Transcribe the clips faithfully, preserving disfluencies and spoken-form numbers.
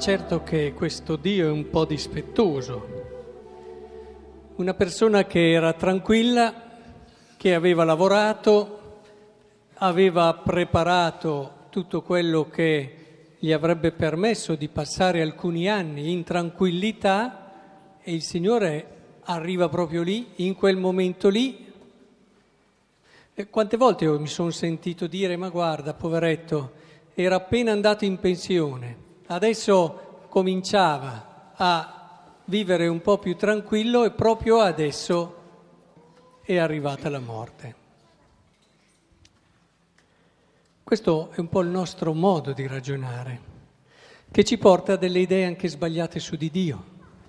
certo che questo Dio è un po' dispettoso. Una persona che era tranquilla, che aveva lavorato, aveva preparato tutto quello che gli avrebbe permesso di passare alcuni anni in tranquillità, e il Signore arriva proprio lì, in quel momento lì. E quante volte io mi sono sentito dire: ma guarda, poveretto, era appena andato in pensione, adesso cominciava a vivere un po' più tranquillo e proprio adesso è arrivata la morte. Questo è un po' il nostro modo di ragionare, che ci porta a delle idee anche sbagliate su di Dio.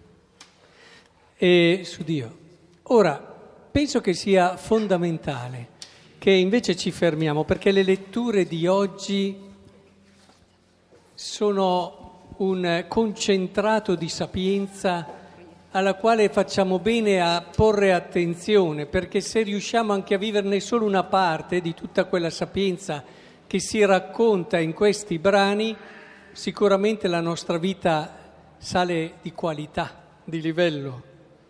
E su Dio. Ora, penso che sia fondamentale che invece ci fermiamo, perché le letture di oggi sono un concentrato di sapienza alla quale facciamo bene a porre attenzione, perché se riusciamo anche a viverne solo una parte di tutta quella sapienza che si racconta in questi brani, sicuramente la nostra vita sale di qualità, di livello.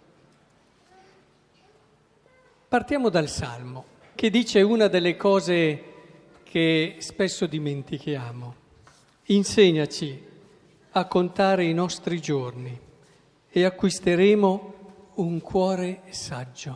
Partiamo dal Salmo, che dice una delle cose che spesso dimentichiamo. Insegnaci a contare i nostri giorni e acquisteremo un cuore saggio.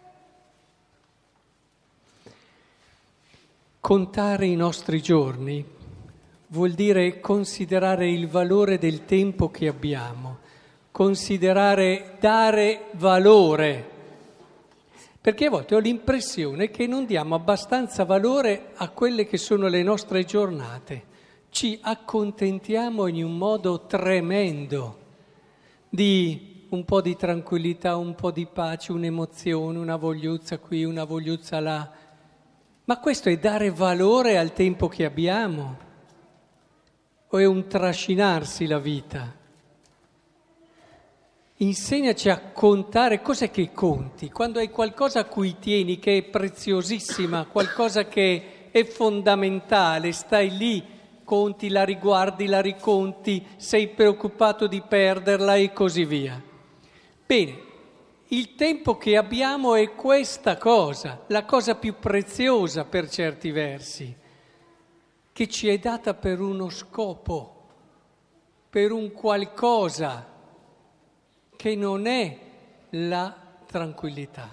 Contare i nostri giorni vuol dire considerare il valore del tempo che abbiamo, considerare, dare valore. Perché a volte ho l'impressione che non diamo abbastanza valore a quelle che sono le nostre giornate. Ci accontentiamo in un modo tremendo di un po' di tranquillità, un po' di pace, un'emozione, una vogliuzza qui, una vogliuzza là. Ma questo è dare valore al tempo che abbiamo? O è un trascinarsi la vita? Insegnaci a contare. Cos'è che conti? Quando hai qualcosa a cui tieni, che è preziosissima, qualcosa che è fondamentale, stai lì, conti, la riguardi, la riconti, sei preoccupato di perderla e così via. Bene, il tempo che abbiamo è questa cosa, la cosa più preziosa per certi versi, che ci è data per uno scopo, per un qualcosa che non è la tranquillità.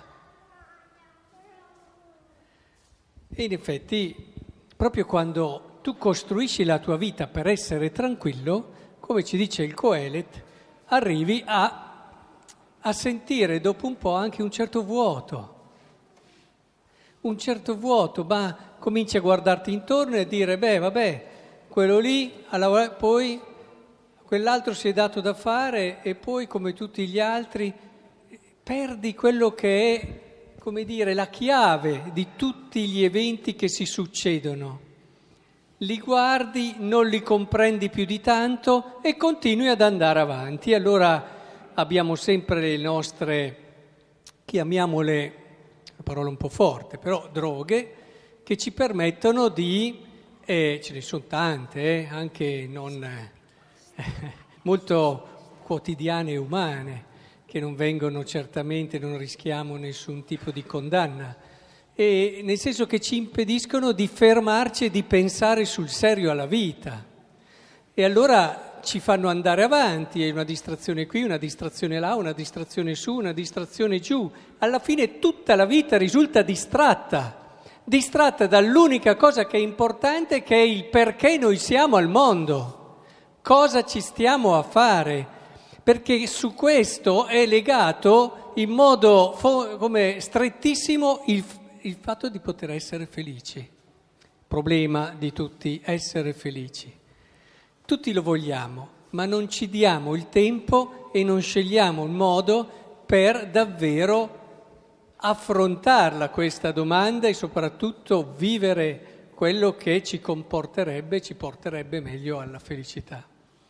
E in effetti, proprio quando tu costruisci la tua vita per essere tranquillo, come ci dice il Coelet, arrivi a, a sentire dopo un po' anche un certo vuoto. Un certo vuoto, ma cominci a guardarti intorno e a dire: beh, vabbè, quello lì, alla, poi quell'altro si è dato da fare, e poi, come tutti gli altri, perdi quello che è, come dire, la chiave di tutti gli eventi che si succedono. Li guardi, non li comprendi più di tanto e continui ad andare avanti. Allora abbiamo sempre le nostre, chiamiamole, una parola un po' forte, però droghe, che ci permettono di, eh, ce ne sono tante, eh, anche non eh, molto quotidiane e umane, che non vengono certamente, non rischiamo nessun tipo di condanna. E nel senso che ci impediscono di fermarci e di pensare sul serio alla vita. E allora ci fanno andare avanti, è una distrazione qui, una distrazione là, una distrazione su, una distrazione giù. Alla fine tutta la vita risulta distratta, distratta dall'unica cosa che è importante, che è il perché noi siamo al mondo, cosa ci stiamo a fare, perché su questo è legato in modo fo- come strettissimo il il fatto di poter essere felici. Problema di tutti, essere felici. Tutti lo vogliamo, ma non ci diamo il tempo e non scegliamo il modo per davvero affrontarla questa domanda e soprattutto vivere quello che ci comporterebbe, ci porterebbe meglio alla felicità.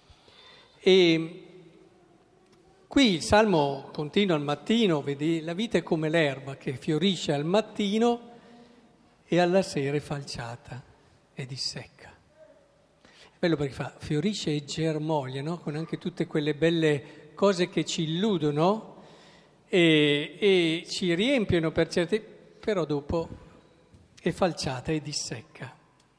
E qui il Salmo continua al mattino, vedi, la vita è come l'erba che fiorisce al mattino e alla sera è falciata e dissecca. Bello perché fa, fiorisce e germoglia, no? Con anche tutte quelle belle cose che ci illudono e, e ci riempiono per certi, però dopo è falciata e dissecca.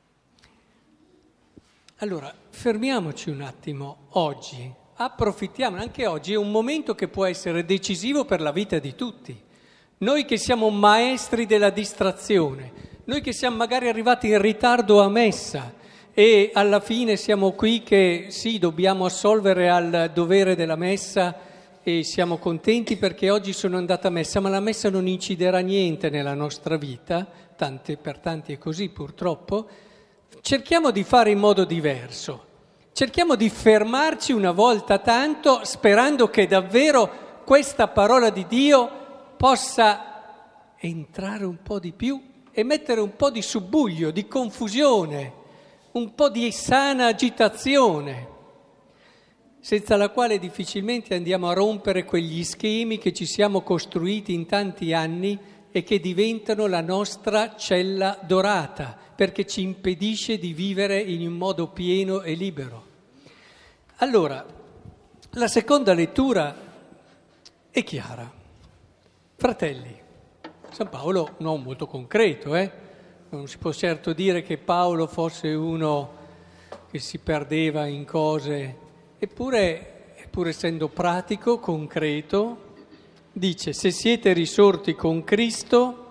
Allora, fermiamoci un attimo oggi, approfittiamo, anche oggi è un momento che può essere decisivo per la vita di tutti. Noi che siamo maestri della distrazione, noi che siamo magari arrivati in ritardo a messa e alla fine siamo qui che sì, dobbiamo assolvere al dovere della messa e siamo contenti perché oggi sono andata a messa, ma la messa non inciderà niente nella nostra vita, tante, per tanti è così purtroppo. Cerchiamo di fare in modo diverso, cerchiamo di fermarci una volta tanto sperando che davvero questa parola di Dio possa entrare un po' di più e mettere un po' di subbuglio, di confusione, un po' di sana agitazione, senza la quale difficilmente andiamo a rompere quegli schemi che ci siamo costruiti in tanti anni e che diventano la nostra cella dorata, perché ci impedisce di vivere in un modo pieno e libero. Allora, la seconda lettura è chiara. Fratelli, San Paolo non molto concreto, eh? Non si può certo dire che Paolo fosse uno che si perdeva in cose, eppure, pur essendo pratico, concreto, dice: se siete risorti con Cristo,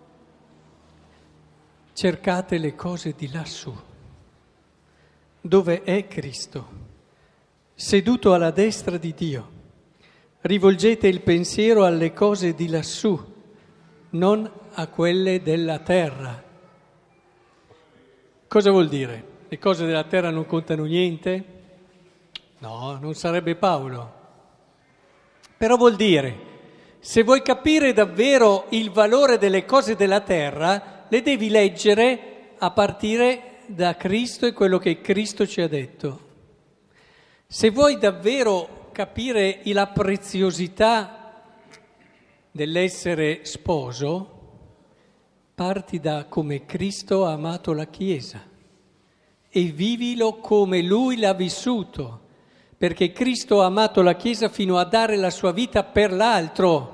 cercate le cose di lassù, dove è Cristo, seduto alla destra di Dio. Rivolgete il pensiero alle cose di lassù, non a quelle della terra. Cosa vuol dire? Le cose della terra non contano niente? No, non sarebbe Paolo. Però vuol dire, se vuoi capire davvero il valore delle cose della terra, le devi leggere a partire da Cristo e quello che Cristo ci ha detto. Se vuoi davvero capire la preziosità dell'essere sposo, parti da come Cristo ha amato la Chiesa e vivilo come Lui l'ha vissuto, perché Cristo ha amato la Chiesa fino a dare la sua vita per l'altro.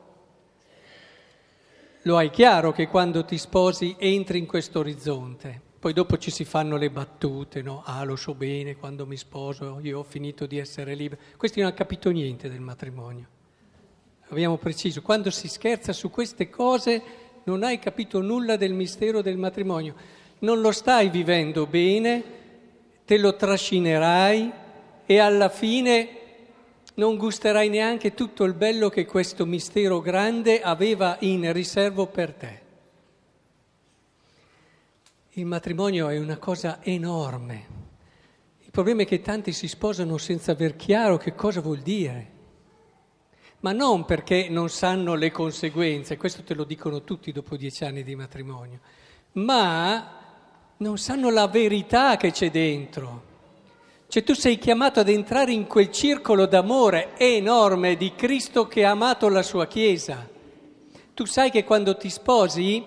Lo hai chiaro che quando ti sposi entri in questo orizzonte, poi dopo ci si fanno le battute, no? Ah, lo so bene, quando mi sposo io ho finito di essere libero. Questi non hanno capito niente del matrimonio. Abbiamo preciso, quando si scherza su queste cose non hai capito nulla del mistero del matrimonio. Non lo stai vivendo bene, te lo trascinerai e alla fine non gusterai neanche tutto il bello che questo mistero grande aveva in riservo per te. Il matrimonio è una cosa enorme. Il problema è che tanti si sposano senza aver chiaro che cosa vuol dire. Ma non perché non sanno le conseguenze, questo te lo dicono tutti dopo dieci anni di matrimonio, ma non sanno la verità che c'è dentro. Cioè tu sei chiamato ad entrare in quel circolo d'amore enorme di Cristo che ha amato la sua Chiesa. Tu sai che quando ti sposi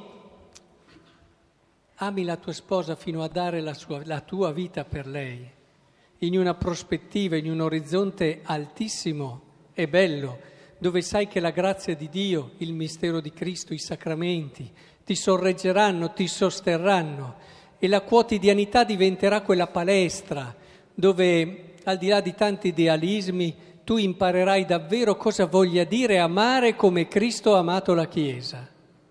ami la tua sposa fino a dare la, sua, la tua vita per lei, in una prospettiva, in un orizzonte altissimo e bello, dove sai che la grazia di Dio, il mistero di Cristo, i sacramenti ti sorreggeranno, ti sosterranno e la quotidianità diventerà quella palestra dove, al di là di tanti idealismi, tu imparerai davvero cosa voglia dire amare come Cristo ha amato la Chiesa.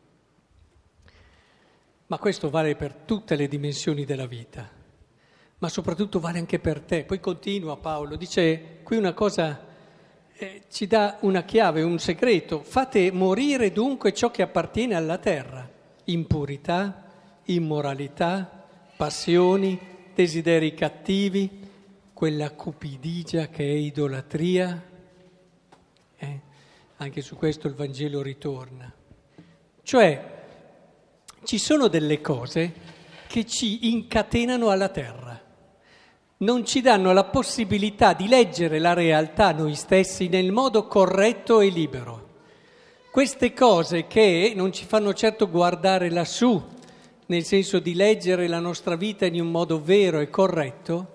Ma questo vale per tutte le dimensioni della vita, ma soprattutto vale anche per te. Poi continua Paolo, dice qui una cosa, eh, ci dà una chiave, un segreto. Fate morire dunque ciò che appartiene alla terra: impurità, immoralità, passioni, desideri cattivi, quella cupidigia che è idolatria. Eh? Anche su questo il Vangelo ritorna. Cioè, ci sono delle cose che ci incatenano alla terra, non ci danno la possibilità di leggere la realtà noi stessi nel modo corretto e libero. Queste cose che non ci fanno certo guardare lassù, nel senso di leggere la nostra vita in un modo vero e corretto,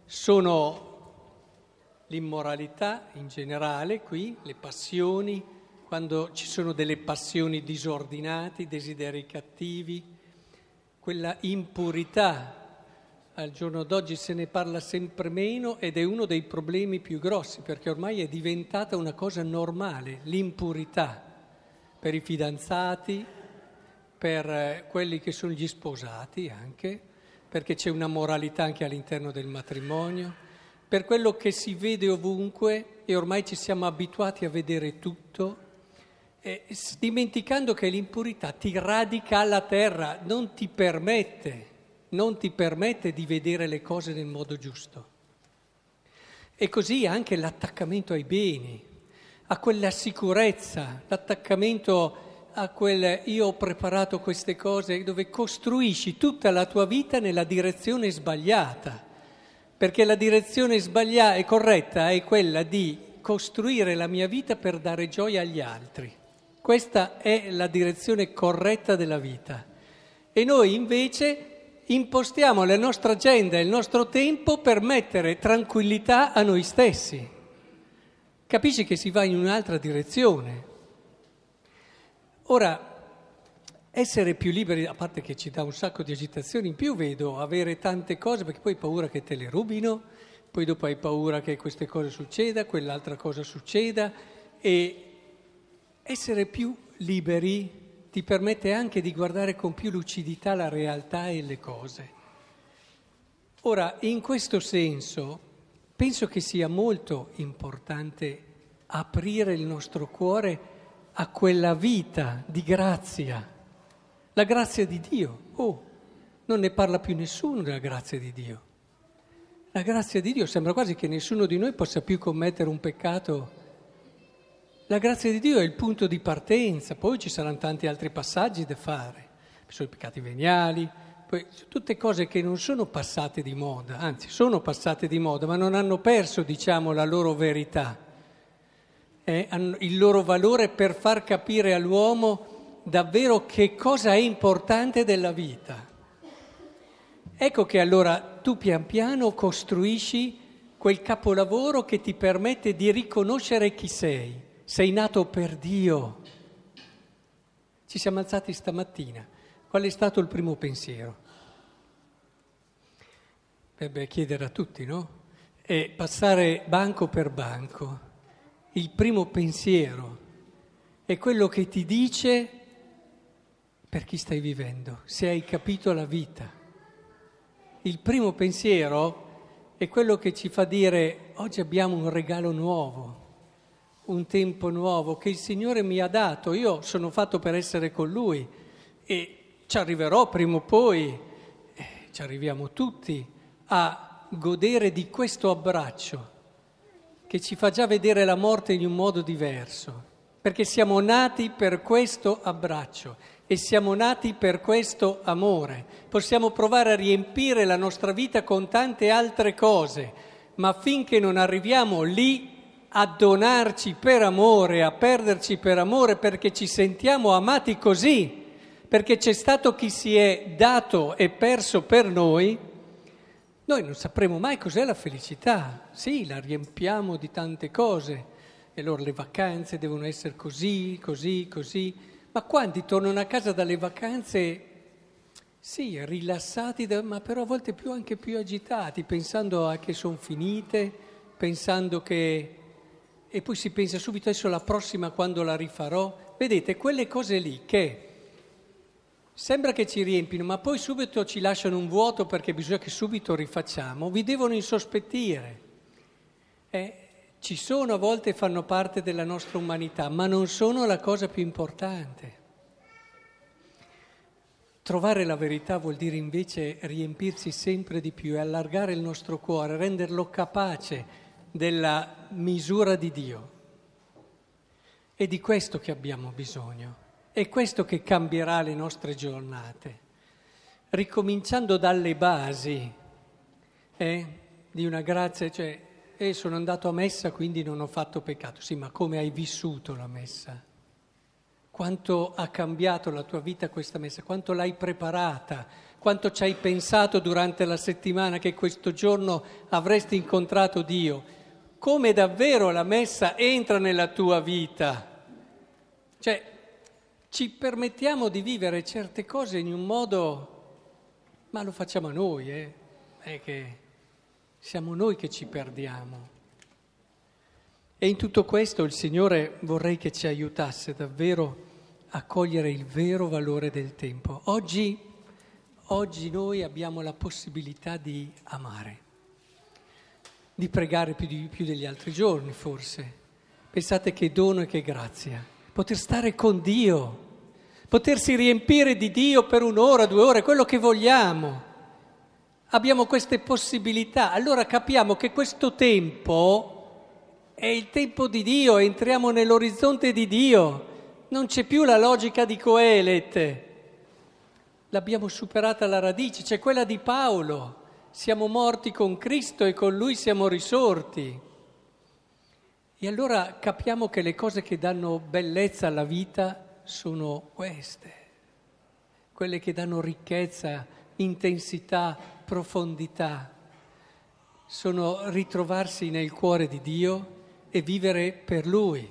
sono l'immoralità in generale, qui, le passioni, quando ci sono delle passioni disordinate, desideri cattivi, quella impurità. Al giorno d'oggi se ne parla sempre meno ed è uno dei problemi più grossi, perché ormai è diventata una cosa normale, l'impurità, per i fidanzati, per quelli che sono gli sposati anche, perché c'è una moralità anche all'interno del matrimonio, per quello che si vede ovunque e ormai ci siamo abituati a vedere tutto, eh, dimenticando che l'impurità ti radica alla terra, non ti permette, non ti permette di vedere le cose nel modo giusto. E così anche l'attaccamento ai beni, a quella sicurezza, l'attaccamento a quel io ho preparato queste cose, dove costruisci tutta la tua vita nella direzione sbagliata, perché la direzione sbagliata e corretta è quella di costruire la mia vita per dare gioia agli altri. Questa è la direzione corretta della vita. E noi invece impostiamo la nostra agenda e il nostro tempo per mettere tranquillità a noi stessi. Capisci che si va in un'altra direzione. Ora, essere più liberi, a parte che ci dà un sacco di agitazioni in più, vedo avere tante cose, perché poi hai paura che te le rubino, poi dopo hai paura che queste cose succeda, quell'altra cosa succeda, e essere più liberi ti permette anche di guardare con più lucidità la realtà e le cose. Ora, in questo senso, penso che sia molto importante aprire il nostro cuore a quella vita di grazia, la grazia di Dio. Oh, non ne parla più nessuno della grazia di Dio. La grazia di Dio sembra quasi che nessuno di noi possa più commettere un peccato. La grazia di Dio è il punto di partenza, poi ci saranno tanti altri passaggi da fare, sono i peccati veniali, poi tutte cose che non sono passate di moda, anzi sono passate di moda, ma non hanno perso, diciamo, la loro verità, eh, il loro valore per far capire all'uomo davvero che cosa è importante della vita. Ecco che allora tu pian piano costruisci quel capolavoro che ti permette di riconoscere chi sei. Sei nato per Dio. Ci siamo alzati stamattina. Qual è stato il primo pensiero? Dovrebbe chiedere a tutti, no? E passare banco per banco. Il primo pensiero è quello che ti dice per chi stai vivendo, se hai capito la vita. Il primo pensiero è quello che ci fa dire oggi abbiamo un regalo nuovo. Un tempo nuovo che il Signore mi ha dato, io sono fatto per essere con Lui e ci arriverò prima o poi, eh, ci arriviamo tutti a godere di questo abbraccio che ci fa già vedere la morte in un modo diverso, perché siamo nati per questo abbraccio e siamo nati per questo amore. Possiamo provare a riempire la nostra vita con tante altre cose, ma finché non arriviamo lì a donarci per amore, a perderci per amore, perché ci sentiamo amati così, perché c'è stato chi si è dato e perso per noi, noi non sapremo mai cos'è la felicità. Sì, la riempiamo di tante cose, e allora le vacanze devono essere così, così, così, ma quanti tornano a casa dalle vacanze, sì, rilassati, ma però a volte più anche più agitati, pensando a che sono finite, pensando che... E poi si pensa subito adesso la prossima quando la rifarò. Vedete, quelle cose lì che sembra che ci riempino, ma poi subito ci lasciano un vuoto perché bisogna che subito rifacciamo, vi devono insospettire. Eh, ci sono, a volte fanno parte della nostra umanità, ma non sono la cosa più importante. Trovare la verità vuol dire invece riempirsi sempre di più e allargare il nostro cuore, renderlo capace della misura di Dio. È di questo che abbiamo bisogno, è questo che cambierà le nostre giornate, ricominciando dalle basi eh, di una grazia, cioè eh, sono andato a messa quindi non ho fatto peccato, sì, ma come hai vissuto la messa? quanto ha cambiato la tua vita questa messa, quanto l'hai preparata, quanto ci hai pensato durante la settimana che questo giorno avresti incontrato Dio, come davvero la messa entra nella tua vita. Cioè, ci permettiamo di vivere certe cose in un modo, ma lo facciamo noi, eh? È che siamo noi che ci perdiamo. E in tutto questo il Signore vorrei che ci aiutasse davvero a cogliere il vero valore del tempo. Oggi, oggi noi abbiamo la possibilità di amare, di pregare più, di, più degli altri giorni forse. Pensate che dono e che grazia, poter stare con Dio, potersi riempire di Dio per un'ora, due ore, quello che vogliamo. Abbiamo queste possibilità, allora capiamo che questo tempo è il tempo di Dio, entriamo nell'orizzonte di Dio, non c'è più la logica di Coelet, l'abbiamo superata alla radice, c'è quella di Paolo, siamo morti con Cristo e con Lui siamo risorti. E allora capiamo che le cose che danno bellezza alla vita sono queste, quelle che danno ricchezza, intensità, profondità, sono ritrovarsi nel cuore di Dio e vivere per Lui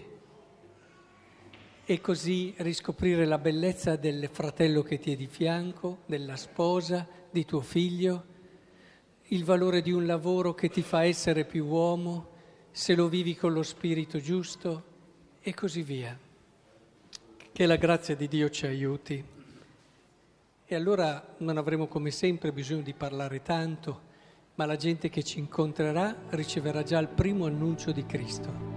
e così riscoprire la bellezza del fratello che ti è di fianco, della sposa, di tuo figlio, il valore di un lavoro che ti fa essere più uomo, se lo vivi con lo spirito giusto e così via. Che la grazia di Dio ci aiuti. E allora non avremo come sempre bisogno di parlare tanto, ma la gente che ci incontrerà riceverà già il primo annuncio di Cristo.